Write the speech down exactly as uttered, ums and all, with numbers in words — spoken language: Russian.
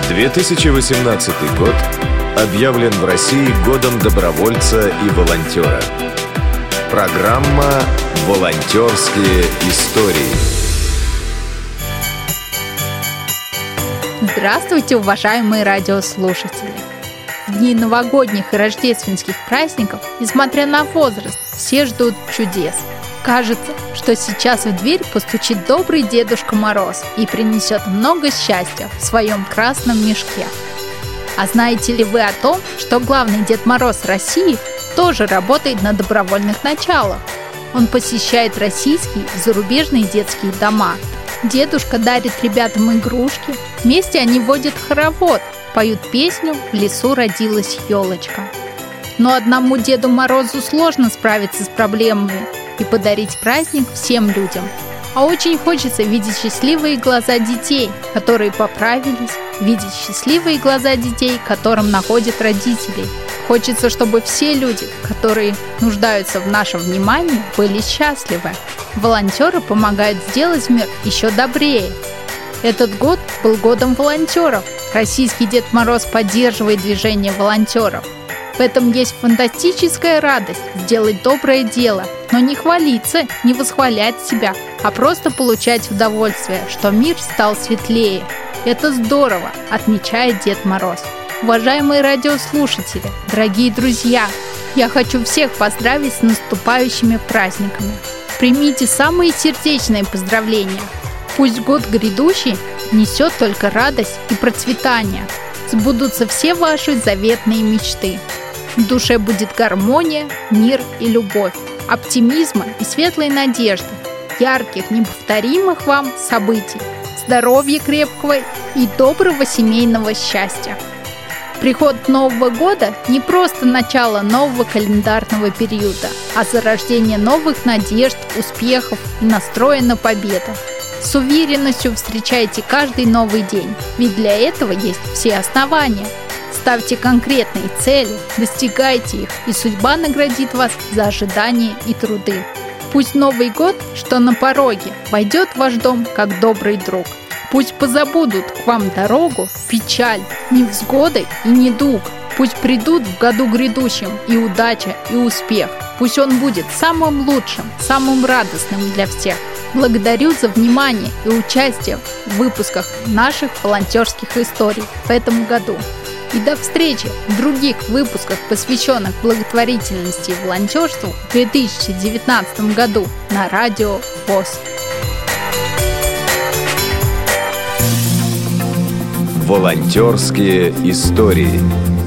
две тысячи восемнадцатый год объявлен в России годом добровольца и волонтера. Программа «Волонтерские истории». Здравствуйте, уважаемые радиослушатели! В дни новогодних и рождественских праздников, несмотря на возраст, все ждут чудес. Кажется, что сейчас в дверь постучит добрый Дедушка Мороз и принесет много счастья в своем красном мешке. А знаете ли вы о том, что главный Дед Мороз России тоже работает на добровольных началах? Он посещает российские и зарубежные детские дома. Дедушка дарит ребятам игрушки, вместе они водят хоровод, поют песню «В лесу родилась елочка». Но одному Деду Морозу сложно справиться с проблемами и подарить праздник всем людям. А очень хочется видеть счастливые глаза детей, которые поправились, видеть счастливые глаза детей, которым находят родителей. Хочется, чтобы все люди, которые нуждаются в нашем внимании, были счастливы. Волонтеры помогают сделать мир еще добрее. Этот год был годом волонтеров. Российский Дед Мороз поддерживает движение волонтеров. В этом есть фантастическая радость сделать доброе дело, но не хвалиться, не восхвалять себя, а просто получать удовольствие, что мир стал светлее. Это здорово, отмечает Дед Мороз. Уважаемые радиослушатели, дорогие друзья, я хочу всех поздравить с наступающими праздниками. Примите самые сердечные поздравления. Пусть год грядущий несет только радость и процветание. Сбудутся все ваши заветные мечты. В душе будет гармония, мир и любовь, оптимизма и светлой надежды, ярких, неповторимых вам событий, здоровья крепкого и доброго семейного счастья. Приход Нового года не просто начало нового календарного периода, а зарождение новых надежд, успехов и настроя на победу. С уверенностью встречайте каждый новый день, ведь для этого есть все основания. Ставьте конкретные цели, достигайте их, и судьба наградит вас за ожидания и труды. Пусть Новый год, что на пороге, войдет в ваш дом как добрый друг. Пусть позабудут к вам дорогу, печаль, невзгоды и недуг. Пусть придут в году грядущем и удача, и успех. Пусть он будет самым лучшим, самым радостным для всех. Благодарю за внимание и участие в выпусках наших волонтерских историй в этом году. И до встречи в других выпусках, посвященных благотворительности и волонтерству в две тысячи девятнадцатом году на Радио ВОС. Волонтерские истории.